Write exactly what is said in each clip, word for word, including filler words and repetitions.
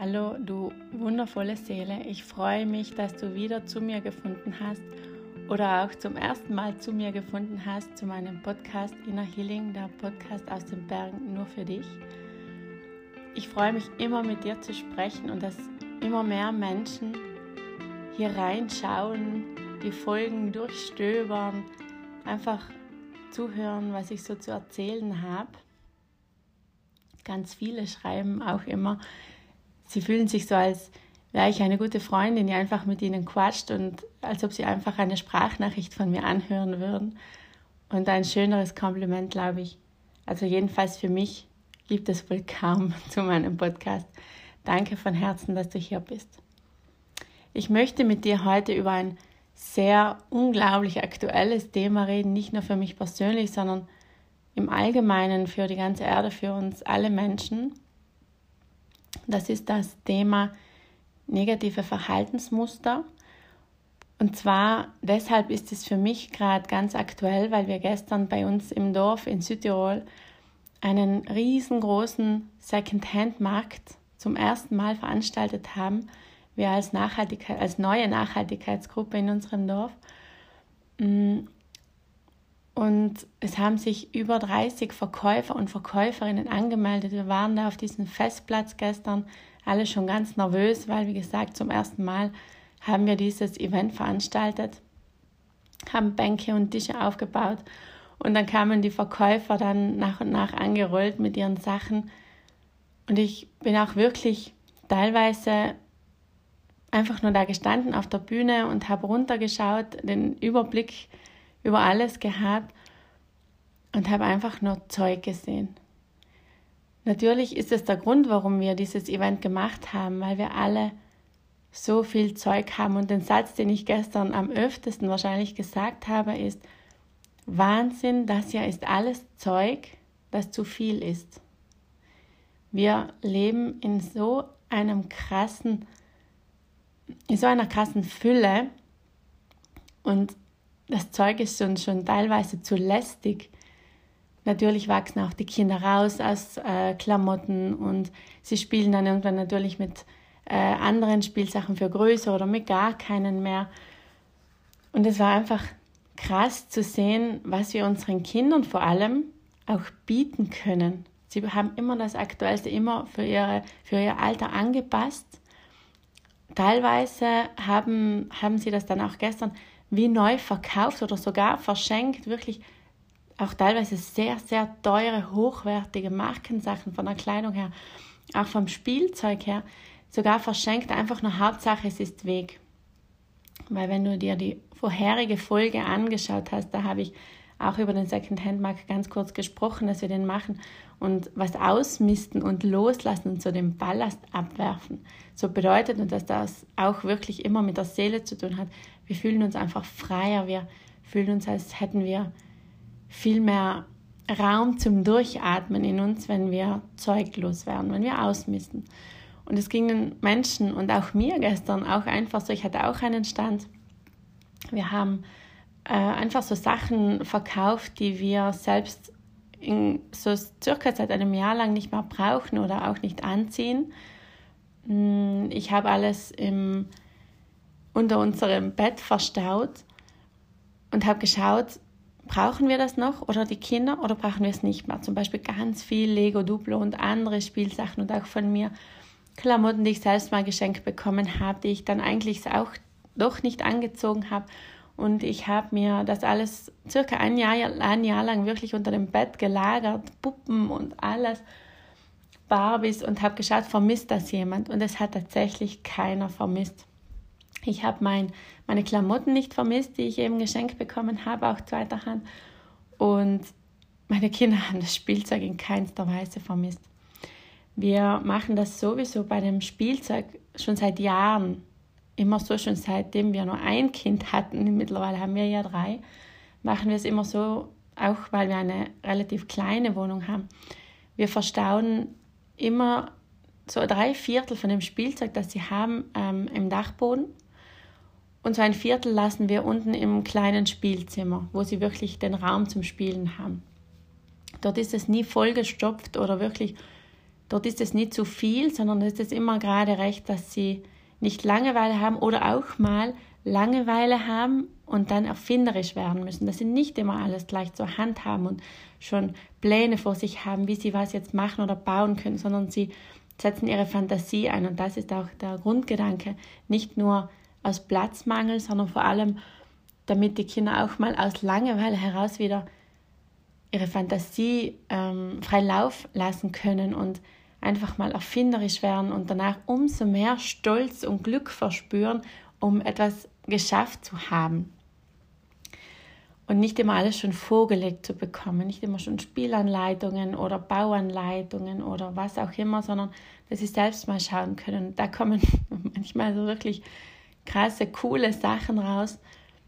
Hallo, du wundervolle Seele. Ich freue mich, dass du wieder zu mir gefunden hast oder auch zum ersten Mal zu mir gefunden hast, zu meinem Podcast Inner Healing, der Podcast aus den Bergen nur für dich. Ich freue mich immer mit dir zu sprechen und dass immer mehr Menschen hier reinschauen, die Folgen durchstöbern, einfach zuhören, was ich so zu erzählen habe. Ganz viele schreiben auch immer, sie fühlen sich so, als wäre ich eine gute Freundin, die einfach mit ihnen quatscht und als ob sie einfach eine Sprachnachricht von mir anhören würden. Und ein schöneres Kompliment, glaube ich, also jedenfalls für mich, gibt es wohl kaum zu meinem Podcast. Danke von Herzen, dass du hier bist. Ich möchte mit dir heute über ein sehr unglaublich aktuelles Thema reden, nicht nur für mich persönlich, sondern im Allgemeinen für die ganze Erde, für uns alle Menschen. Das ist das Thema negative Verhaltensmuster. Und zwar deshalb ist es für mich gerade ganz aktuell, weil wir gestern bei uns im Dorf in Südtirol einen riesengroßen Second-Hand-Markt zum ersten Mal veranstaltet haben. Wir als, Nachhaltigkeit, als neue Nachhaltigkeitsgruppe in unserem Dorf. Und es haben sich über dreißig Verkäufer und Verkäuferinnen angemeldet. Wir waren da auf diesem Festplatz gestern, alle schon ganz nervös, weil, wie gesagt, zum ersten Mal haben wir dieses Event veranstaltet, haben Bänke und Tische aufgebaut und dann kamen die Verkäufer dann nach und nach angerollt mit ihren Sachen. Und ich bin auch wirklich teilweise einfach nur da gestanden auf der Bühne und habe runtergeschaut, den Überblick über alles gehabt und habe einfach nur Zeug gesehen. Natürlich ist es der Grund, warum wir dieses Event gemacht haben, weil wir alle so viel Zeug haben. Und den Satz, den ich gestern am öftesten wahrscheinlich gesagt habe, ist: Wahnsinn, das hier ist alles Zeug, das zu viel ist. Wir leben in so einem krassen, in so einer krassen Fülle und das Zeug ist uns schon teilweise zu lästig. Natürlich wachsen auch die Kinder raus aus äh, Klamotten und sie spielen dann irgendwann natürlich mit äh, anderen Spielsachen für größer oder mit gar keinen mehr. Und es war einfach krass zu sehen, was wir unseren Kindern vor allem auch bieten können. Sie haben immer das Aktuellste, immer für, ihre, für ihr Alter angepasst. Teilweise haben, haben sie das dann auch gestern wie neu verkauft oder sogar verschenkt, wirklich auch teilweise sehr, sehr teure, hochwertige Markensachen von der Kleidung her, auch vom Spielzeug her, sogar verschenkt, einfach nur Hauptsache es ist weg. Weil wenn du dir die vorherige Folge angeschaut hast, da habe ich auch über den Second-Hand-Markt ganz kurz gesprochen, dass wir den machen und was ausmisten und loslassen und so den Ballast abwerfen. So bedeutet und dass das auch wirklich immer mit der Seele zu tun hat. Wir fühlen uns einfach freier, wir fühlen uns, als hätten wir viel mehr Raum zum Durchatmen in uns, wenn wir zeuglos werden, wenn wir ausmisten. Und es ging den Menschen und auch mir gestern auch einfach so, ich hatte auch einen Stand. Wir haben äh, einfach so Sachen verkauft, die wir selbst in so circa seit einem Jahr lang nicht mehr brauchen oder auch nicht anziehen. Ich habe alles im, unter unserem Bett verstaut und habe geschaut, brauchen wir das noch oder die Kinder oder brauchen wir es nicht mehr? Zum Beispiel ganz viel Lego Duplo und andere Spielsachen und auch von mir Klamotten, die ich selbst mal geschenkt bekommen habe, die ich dann eigentlich auch doch nicht angezogen habe. Und ich habe mir das alles circa ein Jahr, ein Jahr lang wirklich unter dem Bett gelagert, Puppen und alles, Barbies, und habe geschaut, vermisst das jemand? Und es hat tatsächlich keiner vermisst. Ich habe mein, meine Klamotten nicht vermisst, die ich eben geschenkt bekommen habe, auch zweiter Hand. Und meine Kinder haben das Spielzeug in keinster Weise vermisst. Wir machen das sowieso bei dem Spielzeug schon seit Jahren. Immer so, schon seitdem wir nur ein Kind hatten, mittlerweile haben wir ja drei, machen wir es immer so, auch weil wir eine relativ kleine Wohnung haben. Wir verstauen immer so drei Viertel von dem Spielzeug, das sie haben, ähm, im Dachboden. Und so ein Viertel lassen wir unten im kleinen Spielzimmer, wo sie wirklich den Raum zum Spielen haben. Dort ist es nie vollgestopft oder wirklich dort ist es nicht zu viel, sondern es ist immer gerade recht, dass sie nicht Langeweile haben oder auch mal Langeweile haben und dann erfinderisch werden müssen, dass sie nicht immer alles gleich zur Hand haben und schon Pläne vor sich haben, wie sie was jetzt machen oder bauen können, sondern sie setzen ihre Fantasie ein. Und das ist auch der Grundgedanke, nicht nur aus Platzmangel, sondern vor allem, damit die Kinder auch mal aus Langeweile heraus wieder ihre Fantasie ähm, frei Lauf lassen können und einfach mal erfinderisch werden und danach umso mehr Stolz und Glück verspüren, um etwas geschafft zu haben. Und nicht immer alles schon vorgelegt zu bekommen, nicht immer schon Spielanleitungen oder Bauanleitungen oder was auch immer, sondern dass sie selbst mal schauen können. Da kommen manchmal so wirklich krasse, coole Sachen raus.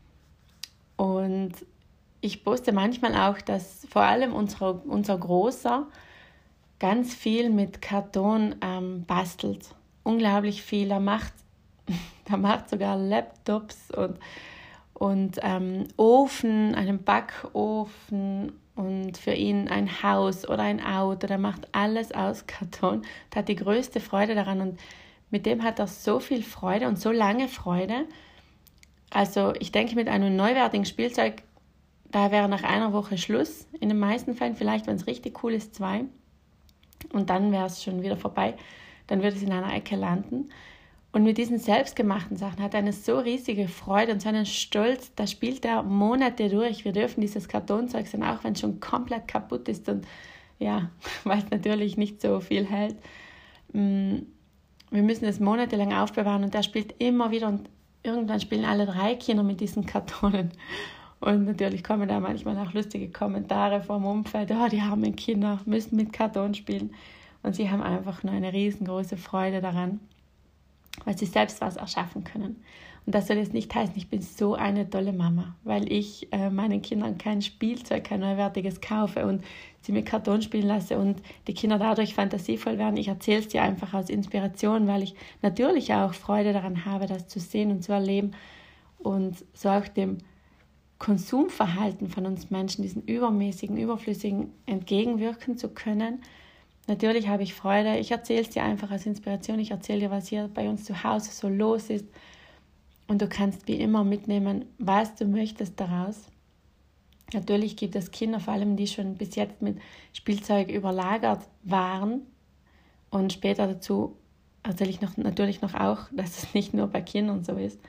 Und ich poste manchmal auch, dass vor allem unser, unser Großer ganz viel mit Karton ähm, bastelt. Unglaublich viel. Er macht, er macht sogar Laptops und und ähm, Ofen, einen Backofen und für ihn ein Haus oder ein Auto. Der macht alles aus Karton und hat die größte Freude daran. Und mit dem hat er so viel Freude und so lange Freude. Also ich denke, mit einem neuwertigen Spielzeug, da wäre nach einer Woche Schluss. In den meisten Fällen, vielleicht wenn es richtig cool ist, zwei. Und dann wäre es schon wieder vorbei. Dann würde es in einer Ecke landen. Und mit diesen selbstgemachten Sachen hat er eine so riesige Freude und so einen Stolz, da spielt er Monate durch. Wir dürfen dieses Kartonzeug sehen, auch wenn es schon komplett kaputt ist und ja, weil es natürlich nicht so viel hält. Wir müssen es monatelang aufbewahren und er spielt immer wieder und irgendwann spielen alle drei Kinder mit diesen Kartonen. Und natürlich kommen da manchmal auch lustige Kommentare vom Umfeld, oh, die armen Kinder müssen mit Karton spielen. Und sie haben einfach nur eine riesengroße Freude daran, weil sie selbst was erschaffen können. Und das soll jetzt nicht heißen, ich bin so eine tolle Mama, weil ich äh, meinen Kindern kein Spielzeug, kein neuwertiges kaufe und sie mit Karton spielen lasse und die Kinder dadurch fantasievoll werden. Ich erzähle es dir einfach aus Inspiration, weil ich natürlich auch Freude daran habe, das zu sehen und zu erleben und so auch dem Konsumverhalten von uns Menschen, diesen übermäßigen, überflüssigen entgegenwirken zu können. Natürlich habe ich Freude, ich erzähle es dir einfach als Inspiration, ich erzähle dir, was hier bei uns zu Hause so los ist und du kannst wie immer mitnehmen, was du möchtest daraus. Natürlich gibt es Kinder, vor allem die schon bis jetzt mit Spielzeug überlagert waren und später dazu erzähle ich noch, natürlich noch auch, dass es nicht nur bei Kindern so ist.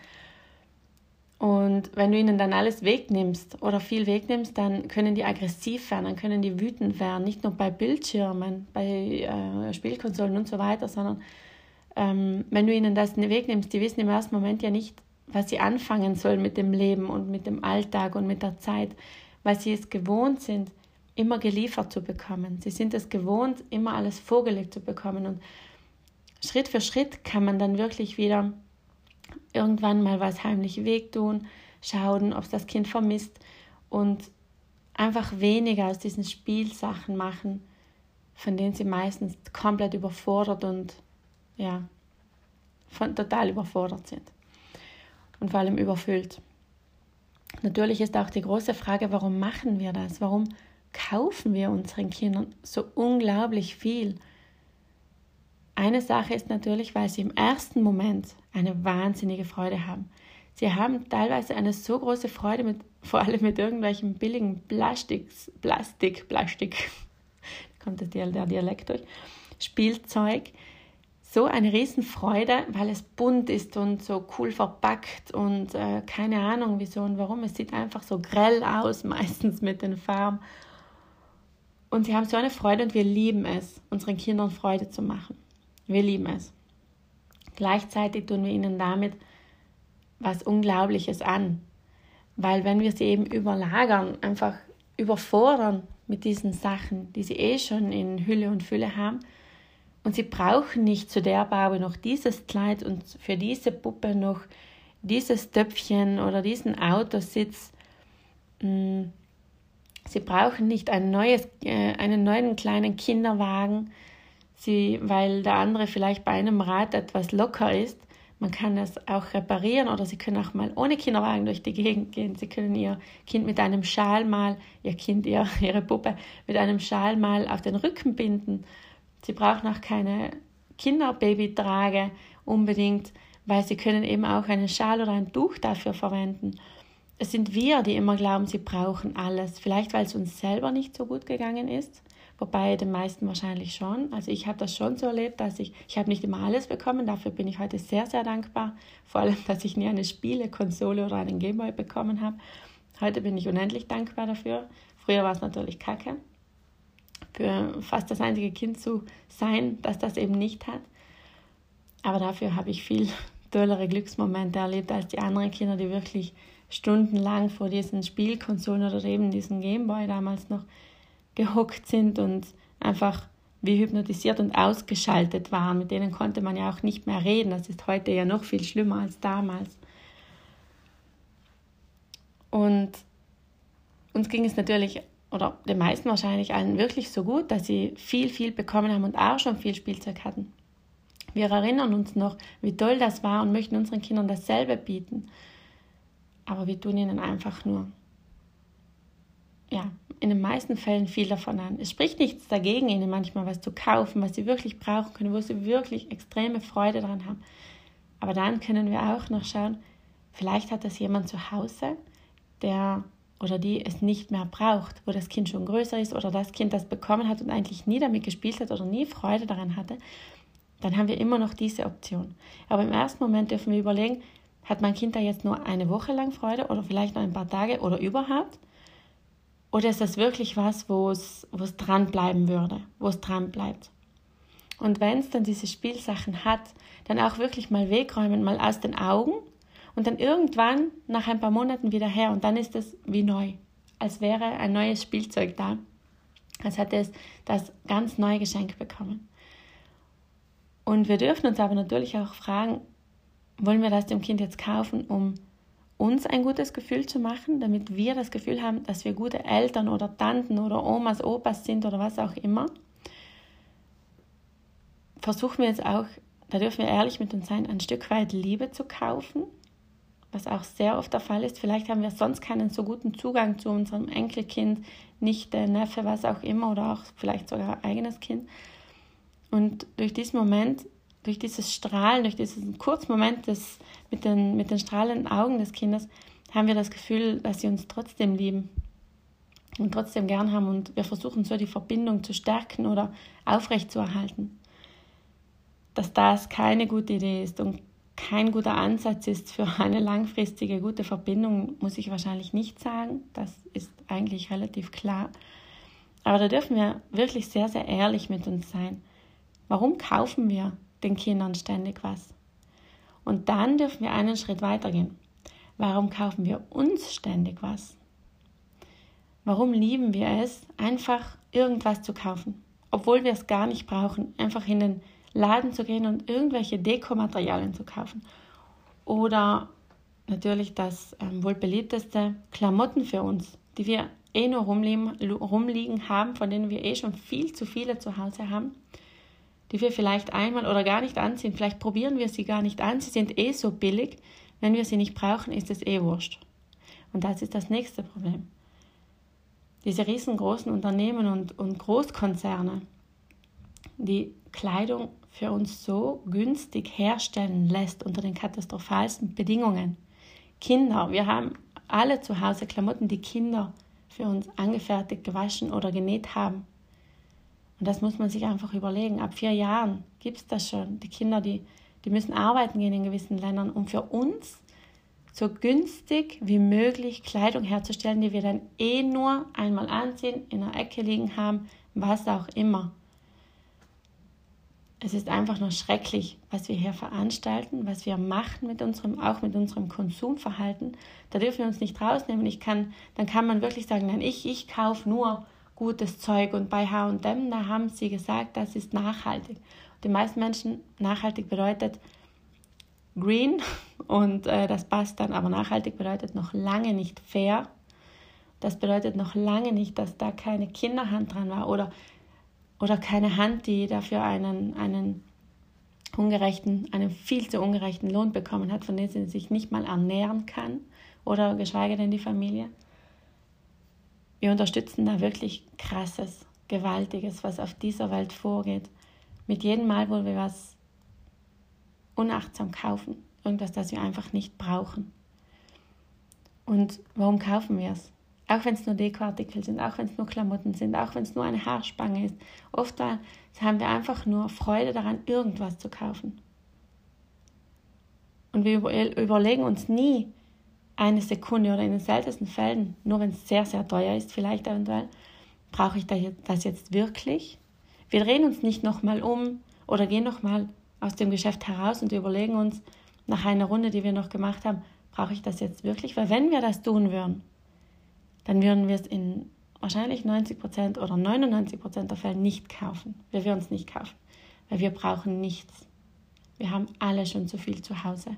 Und wenn du ihnen dann alles wegnimmst oder viel wegnimmst, dann können die aggressiv werden, dann können die wütend werden. Nicht nur bei Bildschirmen, bei äh, Spielkonsolen und so weiter, sondern ähm, wenn du ihnen das wegnimmst, die wissen im ersten Moment ja nicht, was sie anfangen sollen mit dem Leben und mit dem Alltag und mit der Zeit, weil sie es gewohnt sind, immer geliefert zu bekommen. Sie sind es gewohnt, immer alles vorgelegt zu bekommen. Und Schritt für Schritt kann man dann wirklich wieder irgendwann mal was heimlich wegtun, schauen, ob es das Kind vermisst und einfach weniger aus diesen Spielsachen machen, von denen sie meistens komplett überfordert und ja, von, total überfordert sind und vor allem überfüllt. Natürlich ist auch die große Frage, warum machen wir das? Warum kaufen wir unseren Kindern so unglaublich viel? Eine Sache ist natürlich, weil sie im ersten Moment eine wahnsinnige Freude haben. Sie haben teilweise eine so große Freude, mit, vor allem mit irgendwelchen billigen Plastiks, Plastik, Plastik, kommt der Dialekt durch, Spielzeug. So eine Riesenfreude, weil es bunt ist und so cool verpackt und äh, keine Ahnung wieso und warum. Es sieht einfach so grell aus, meistens mit den Farben. Und sie haben so eine Freude und wir lieben es, unseren Kindern Freude zu machen. Wir lieben es. Gleichzeitig tun wir ihnen damit was Unglaubliches an. Weil wenn wir sie eben überlagern, einfach überfordern mit diesen Sachen, die sie eh schon in Hülle und Fülle haben, und sie brauchen nicht zu der Barbie noch dieses Kleid und für diese Puppe noch dieses Töpfchen oder diesen Autositz. Sie brauchen nicht ein neues, äh, einen neuen kleinen Kinderwagen, sie, weil der andere vielleicht bei einem Rad etwas locker ist. Man kann es auch reparieren oder sie können auch mal ohne Kinderwagen durch die Gegend gehen. Sie können ihr Kind mit einem Schal mal, ihr Kind, ihr, ihre Puppe mit einem Schal mal auf den Rücken binden. Sie brauchen auch keine Kinderbabytrage unbedingt, weil sie können eben auch einen Schal oder ein Tuch dafür verwenden. Es sind wir, die immer glauben, sie brauchen alles. Vielleicht, weil es uns selber nicht so gut gegangen ist, wobei den meisten wahrscheinlich schon. Also ich habe das schon so erlebt, dass ich, ich habe nicht immer alles bekommen, dafür bin ich heute sehr, sehr dankbar. Vor allem, dass ich nie eine Spielekonsole oder einen Gameboy bekommen habe. Heute bin ich unendlich dankbar dafür. Früher war es natürlich kacke, für fast das einzige Kind zu sein, das das eben nicht hat. Aber dafür habe ich viel tollere Glücksmomente erlebt als die anderen Kinder, die wirklich stundenlang vor diesen Spielkonsolen oder eben diesen Gameboy damals noch gehockt sind und einfach wie hypnotisiert und ausgeschaltet waren. Mit denen konnte man ja auch nicht mehr reden. Das ist heute ja noch viel schlimmer als damals. Und uns ging es natürlich, oder den meisten wahrscheinlich allen, wirklich so gut, dass sie viel, viel bekommen haben und auch schon viel Spielzeug hatten. Wir erinnern uns noch, wie toll das war und möchten unseren Kindern dasselbe bieten. Aber wir tun ihnen einfach nur, ja, in den meisten Fällen viel davon an. Es spricht nichts dagegen, ihnen manchmal was zu kaufen, was sie wirklich brauchen können, wo sie wirklich extreme Freude daran haben. Aber dann können wir auch noch schauen, vielleicht hat das jemand zu Hause, der oder die es nicht mehr braucht, wo das Kind schon größer ist oder das Kind das bekommen hat und eigentlich nie damit gespielt hat oder nie Freude daran hatte. Dann haben wir immer noch diese Option. Aber im ersten Moment dürfen wir überlegen, hat mein Kind da jetzt nur eine Woche lang Freude oder vielleicht noch ein paar Tage oder überhaupt? Oder ist das wirklich was, wo es, wo es dranbleiben würde, wo es dran bleibt? Und wenn es dann diese Spielsachen hat, dann auch wirklich mal wegräumen, mal aus den Augen und dann irgendwann nach ein paar Monaten wieder her und dann ist es wie neu, als wäre ein neues Spielzeug da, als hätte es das ganz neu geschenkt bekommen. Und wir dürfen uns aber natürlich auch fragen, wollen wir das dem Kind jetzt kaufen, um uns ein gutes Gefühl zu machen, damit wir das Gefühl haben, dass wir gute Eltern oder Tanten oder Omas, Opas sind oder was auch immer? Versuchen wir jetzt auch, da dürfen wir ehrlich mit uns sein, ein Stück weit Liebe zu kaufen, was auch sehr oft der Fall ist. Vielleicht haben wir sonst keinen so guten Zugang zu unserem Enkelkind, Nichte, Neffe, was auch immer oder auch vielleicht sogar eigenes Kind. Und durch diesen Moment, durch dieses Strahlen, durch diesen kurzen Moment des, mit, den, mit den strahlenden Augen des Kindes, haben wir das Gefühl, dass sie uns trotzdem lieben und trotzdem gern haben. Und wir versuchen so die Verbindung zu stärken oder aufrechtzuerhalten. Dass das keine gute Idee ist und kein guter Ansatz ist für eine langfristige gute Verbindung, muss ich wahrscheinlich nicht sagen. Das ist eigentlich relativ klar. Aber da dürfen wir wirklich sehr, sehr ehrlich mit uns sein. Warum kaufen wir den Kindern ständig was? Und dann dürfen wir einen Schritt weitergehen. Warum kaufen wir uns ständig was? Warum lieben wir es, einfach irgendwas zu kaufen, obwohl wir es gar nicht brauchen, einfach in den Laden zu gehen und irgendwelche Dekomaterialien zu kaufen? Oder natürlich das ähm, wohl beliebteste, Klamotten für uns, die wir eh nur rumliegen, rumliegen haben, von denen wir eh schon viel zu viele zu Hause haben, die wir vielleicht einmal oder gar nicht anziehen. Vielleicht probieren wir sie gar nicht an. Sie sind eh so billig. Wenn wir sie nicht brauchen, ist es eh wurscht. Und das ist das nächste Problem. Diese riesengroßen Unternehmen und, und Großkonzerne, die Kleidung für uns so günstig herstellen lässt unter den katastrophalsten Bedingungen. Kinder, wir haben alle zu Hause Klamotten, die Kinder für uns angefertigt, gewaschen oder genäht haben. Und das muss man sich einfach überlegen. Ab vier Jahren gibt es das schon. Die Kinder, die, die müssen arbeiten gehen in gewissen Ländern, um für uns so günstig wie möglich Kleidung herzustellen, die wir dann eh nur einmal anziehen, in der Ecke liegen haben, was auch immer. Es ist einfach nur schrecklich, was wir hier veranstalten, was wir machen mit unserem, auch mit unserem Konsumverhalten. Da dürfen wir uns nicht rausnehmen. Ich kann, dann kann man wirklich sagen, nein, ich, ich kaufe nur gutes Zeug und bei H und M, da haben sie gesagt, das ist nachhaltig. Die meisten Menschen, nachhaltig bedeutet green und äh, das passt dann, aber nachhaltig bedeutet noch lange nicht fair. Das bedeutet noch lange nicht, dass da keine Kinderhand dran war oder, oder keine Hand, die dafür einen, einen ungerechten, einen viel zu ungerechten Lohn bekommen hat, von dem sie sich nicht mal ernähren kann oder geschweige denn die Familie. Wir unterstützen da wirklich Krasses, Gewaltiges, was auf dieser Welt vorgeht. mit jedem Mal, wo wir was unachtsam kaufen, irgendwas, das wir einfach nicht brauchen. Und warum kaufen wir es? Auch wenn es nur Dekoartikel sind, auch wenn es nur Klamotten sind, auch wenn es nur eine Haarspange ist. Oft haben wir einfach nur Freude daran, irgendwas zu kaufen. Und wir überlegen uns nie eine Sekunde oder in den seltensten Fällen, nur wenn es sehr, sehr teuer ist, vielleicht eventuell, brauche ich das jetzt wirklich? Wir drehen uns nicht nochmal um oder gehen nochmal aus dem Geschäft heraus und überlegen uns nach einer Runde, die wir noch gemacht haben, brauche ich das jetzt wirklich? Weil wenn wir das tun würden, dann würden wir es in wahrscheinlich neunzig Prozent oder neunundneunzig Prozent der Fälle nicht kaufen. Wir würden es nicht kaufen, weil wir brauchen nichts. Wir haben alle schon zu viel zu Hause.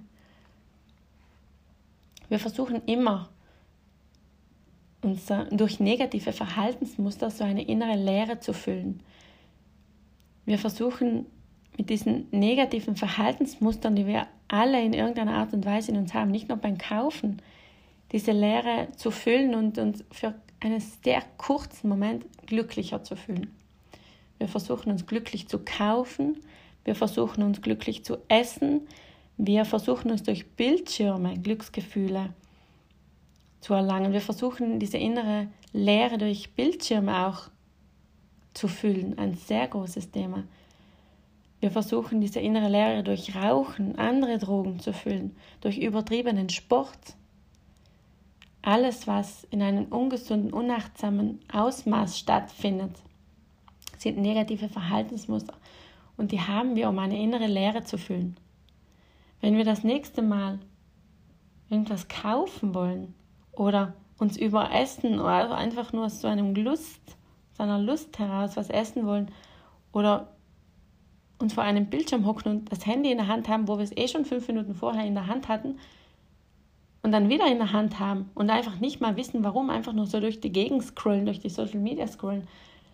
Wir versuchen immer, uns durch negative Verhaltensmuster so eine innere Leere zu füllen. Wir versuchen mit diesen negativen Verhaltensmustern, die wir alle in irgendeiner Art und Weise in uns haben, nicht nur beim Kaufen, diese Leere zu füllen und uns für einen sehr kurzen Moment glücklicher zu fühlen. Wir versuchen uns glücklich zu kaufen, wir versuchen uns glücklich zu essen, wir versuchen uns durch Bildschirme Glücksgefühle zu erlangen. Wir versuchen diese innere Leere durch Bildschirme auch zu füllen, ein sehr großes Thema. Wir versuchen diese innere Leere durch Rauchen, andere Drogen zu füllen, durch übertriebenen Sport. Alles, was in einem ungesunden, unachtsamen Ausmaß stattfindet, sind negative Verhaltensmuster und die haben wir, um eine innere Leere zu füllen. Wenn wir das nächste Mal irgendwas kaufen wollen oder uns überessen oder einfach nur aus so einem Lust, so einer Lust heraus was essen wollen oder uns vor einem Bildschirm hocken und das Handy in der Hand haben, wo wir es eh schon fünf Minuten vorher in der Hand hatten und dann wieder in der Hand haben und einfach nicht mal wissen, warum, einfach nur so durch die Gegend scrollen, durch die Social Media scrollen.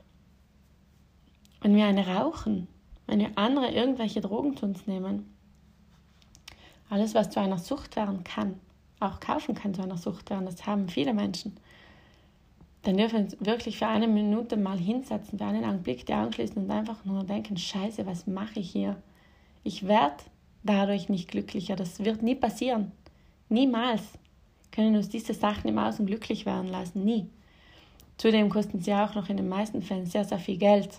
Wenn wir eine rauchen, wenn wir andere irgendwelche Drogen zu uns nehmen, alles, was zu einer Sucht werden kann, auch kaufen kann zu einer Sucht werden, das haben viele Menschen, dann dürfen wir uns wirklich für eine Minute mal hinsetzen, für einen Augenblick die Augen schließen und einfach nur denken, Scheiße, was mache ich hier? Ich werde dadurch nicht glücklicher, das wird nie passieren. Niemals können uns diese Sachen im Außen glücklich werden lassen, nie. Zudem kosten sie auch noch in den meisten Fällen sehr, sehr viel Geld.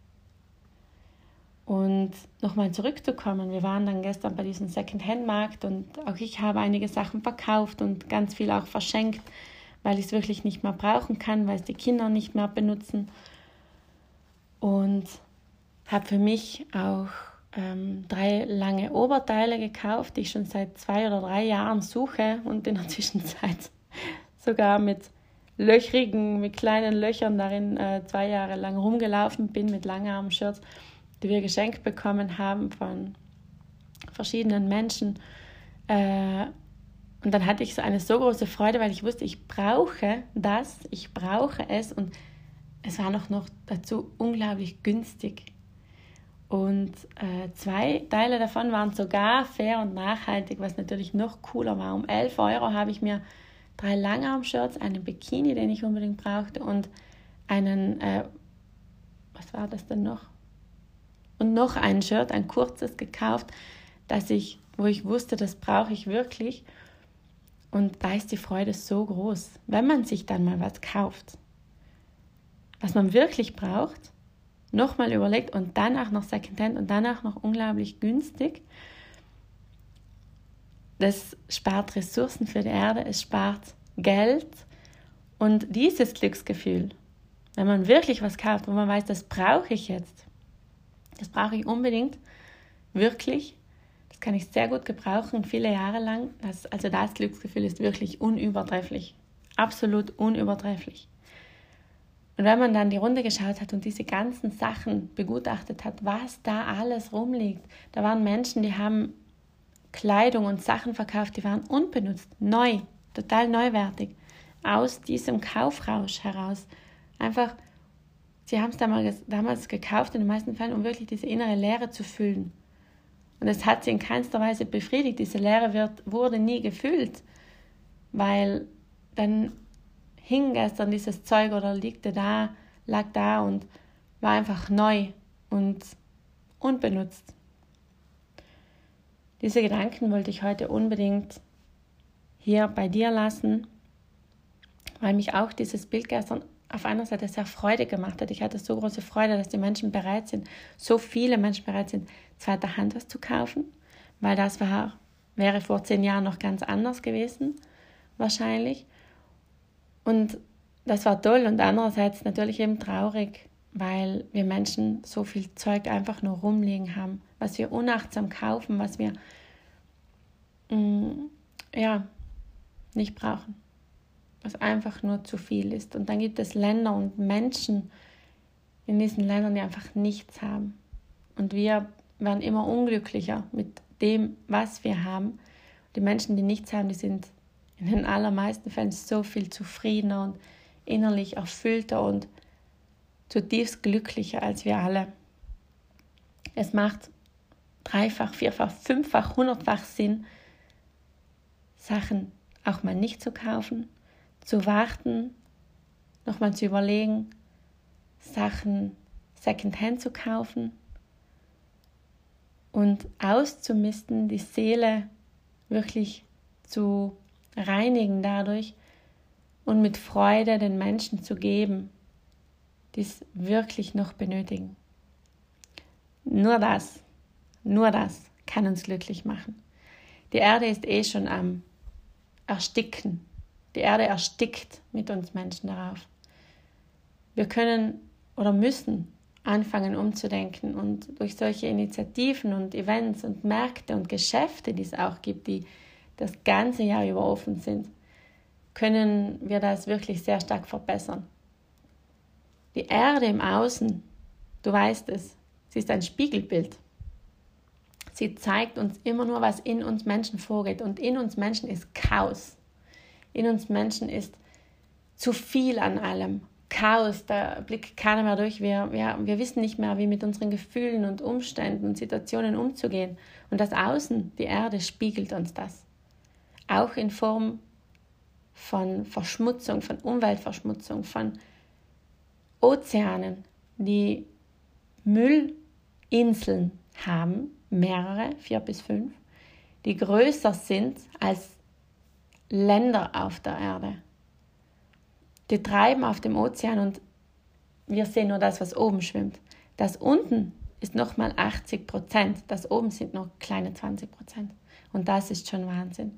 Und nochmal zurückzukommen, wir waren dann gestern bei diesem Second-Hand-Markt und auch ich habe einige Sachen verkauft und ganz viel auch verschenkt, weil ich es wirklich nicht mehr brauchen kann, weil es die Kinder nicht mehr benutzen. Und habe für mich auch ähm, drei lange Oberteile gekauft, die ich schon seit zwei oder drei Jahren suche und in der Zwischenzeit sogar mit löchrigen, mit kleinen Löchern darin äh, zwei Jahre lang rumgelaufen bin, mit Langarm-Shirts, die wir geschenkt bekommen haben von verschiedenen Menschen. Äh, und dann hatte ich so eine so große Freude, weil ich wusste, ich brauche das, ich brauche es und es war noch, noch dazu unglaublich günstig. Und äh, zwei Teile davon waren sogar fair und nachhaltig, was natürlich noch cooler war. Um elf Euro habe ich mir drei Langarm-Shirts, einen Bikini, den ich unbedingt brauchte und einen, äh, was war das denn noch? Und noch ein Shirt, ein kurzes gekauft, das ich, wo ich wusste, das brauche ich wirklich. Und da ist die Freude so groß, wenn man sich dann mal was kauft, was man wirklich braucht, nochmal überlegt und dann auch noch Secondhand und dann auch noch unglaublich günstig. Das spart Ressourcen für die Erde, es spart Geld und dieses Glücksgefühl, wenn man wirklich was kauft, wo man weiß, das brauche ich jetzt, das brauche ich unbedingt, wirklich, das kann ich sehr gut gebrauchen, viele Jahre lang. Das, also das Glücksgefühl ist wirklich unübertrefflich, absolut unübertrefflich. Und wenn man dann die Runde geschaut hat und diese ganzen Sachen begutachtet hat, was da alles rumliegt, da waren Menschen, die haben Kleidung und Sachen verkauft, die waren unbenutzt, neu, total neuwertig, aus diesem Kaufrausch heraus. Einfach, sie haben es damals, damals gekauft, in den meisten Fällen, um wirklich diese innere Leere zu füllen. Und es hat sie in keinster Weise befriedigt. Diese Leere wird, wurde nie gefüllt, weil dann hing gestern dieses Zeug oder liegte da, lag da und war einfach neu und und benutzt. Diese Gedanken wollte ich heute unbedingt hier bei dir lassen, weil mich auch dieses Bild gestern auf einer Seite sehr Freude gemacht hat. Ich hatte so große Freude, dass die Menschen bereit sind, so viele Menschen bereit sind, zweiter Hand was zu kaufen, weil das war, wäre vor zehn Jahren noch ganz anders gewesen, wahrscheinlich. Und das war toll und andererseits natürlich eben traurig, weil wir Menschen so viel Zeug einfach nur rumliegen haben, was wir unachtsam kaufen, was wir mh, ja, nicht brauchen, was einfach nur zu viel ist. Und dann gibt es Länder und Menschen in diesen Ländern, die einfach nichts haben. Und wir werden immer unglücklicher mit dem, was wir haben. Die Menschen, die nichts haben, die sind in den allermeisten Fällen so viel zufriedener und innerlich erfüllter und zutiefst glücklicher als wir alle. Es macht dreifach, vierfach, fünffach, hundertfach Sinn, Sachen auch mal nicht zu kaufen, zu warten, nochmal zu überlegen, Sachen Secondhand zu kaufen und auszumisten, die Seele wirklich zu reinigen dadurch und mit Freude den Menschen zu geben, die es wirklich noch benötigen. Nur das, nur das kann uns glücklich machen. Die Erde ist eh schon am Ersticken. Die Erde erstickt mit uns Menschen darauf. Wir können oder müssen anfangen umzudenken und durch solche Initiativen und Events und Märkte und Geschäfte, die es auch gibt, die das ganze Jahr über offen sind, können wir das wirklich sehr stark verbessern. Die Erde im Außen, du weißt es, sie ist ein Spiegelbild. Sie zeigt uns immer nur, was in uns Menschen vorgeht. Und in uns Menschen ist Chaos. In uns Menschen ist zu viel an allem. Chaos, da blickt keiner mehr durch. Wir, wir, wir wissen nicht mehr, wie mit unseren Gefühlen und Umständen und Situationen umzugehen. Und das Außen, die Erde, spiegelt uns das. Auch in Form von Verschmutzung, von Umweltverschmutzung, von Ozeanen, die Müllinseln haben, mehrere, vier bis fünf, die größer sind als Länder auf der Erde. Die treiben auf dem Ozean und wir sehen nur das, was oben schwimmt. Das unten ist nochmal achtzig Prozent, das oben sind noch kleine zwanzig Prozent. Und das ist schon Wahnsinn.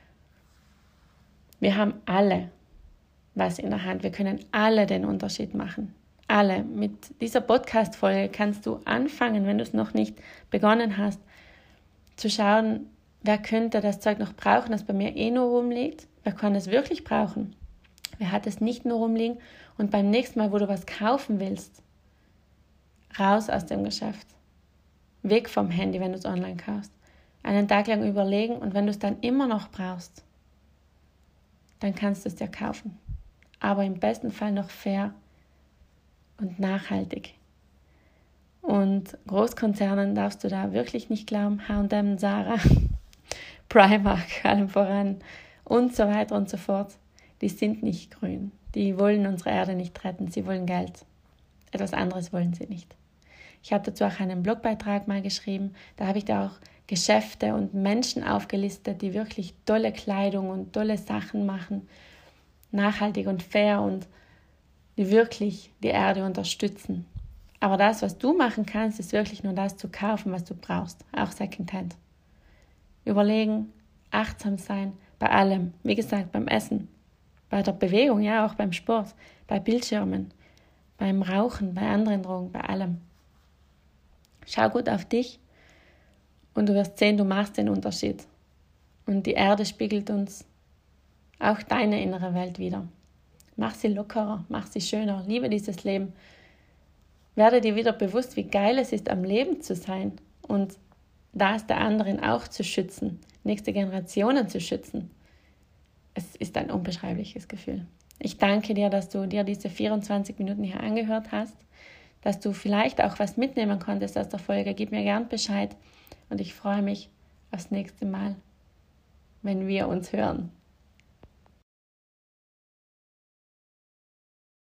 Wir haben alle was in der Hand. Wir können alle den Unterschied machen. Alle. Mit dieser Podcast-Folge kannst du anfangen, wenn du es noch nicht begonnen hast, zu schauen, wer könnte das Zeug noch brauchen, das bei mir eh nur rumliegt. Wer kann es wirklich brauchen? Wer hat es nicht nur rumliegen? Und beim nächsten Mal, wo du was kaufen willst, raus aus dem Geschäft. Weg vom Handy, wenn du es online kaufst. Einen Tag lang überlegen und wenn du es dann immer noch brauchst, dann kannst du es dir kaufen. Aber im besten Fall noch fair und nachhaltig. Und Großkonzernen darfst du da wirklich nicht glauben. H und M, Zara, Primark, allem voran und so weiter und so fort. Die sind nicht grün. Die wollen unsere Erde nicht retten. Sie wollen Geld. Etwas anderes wollen sie nicht. Ich habe dazu auch einen Blogbeitrag mal geschrieben. Da habe ich da auch Geschäfte und Menschen aufgelistet, die wirklich tolle Kleidung und tolle Sachen machen, nachhaltig und fair und die wirklich die Erde unterstützen. Aber das, was du machen kannst, ist wirklich nur das zu kaufen, was du brauchst, auch Secondhand. Überlegen, achtsam sein bei allem, wie gesagt, beim Essen, bei der Bewegung, ja, auch beim Sport, bei Bildschirmen, beim Rauchen, bei anderen Drogen, bei allem. Schau gut auf dich und du wirst sehen, du machst den Unterschied. Und die Erde spiegelt uns auch deine innere Welt wieder. Mach sie lockerer, mach sie schöner, liebe dieses Leben. Werde dir wieder bewusst, wie geil es ist, am Leben zu sein und das der anderen auch zu schützen, nächste Generationen zu schützen. Es ist ein unbeschreibliches Gefühl. Ich danke dir, dass du dir diese vierundzwanzig Minuten hier angehört hast, dass du vielleicht auch was mitnehmen konntest aus der Folge. Gib mir gern Bescheid und ich freue mich aufs nächste Mal, wenn wir uns hören.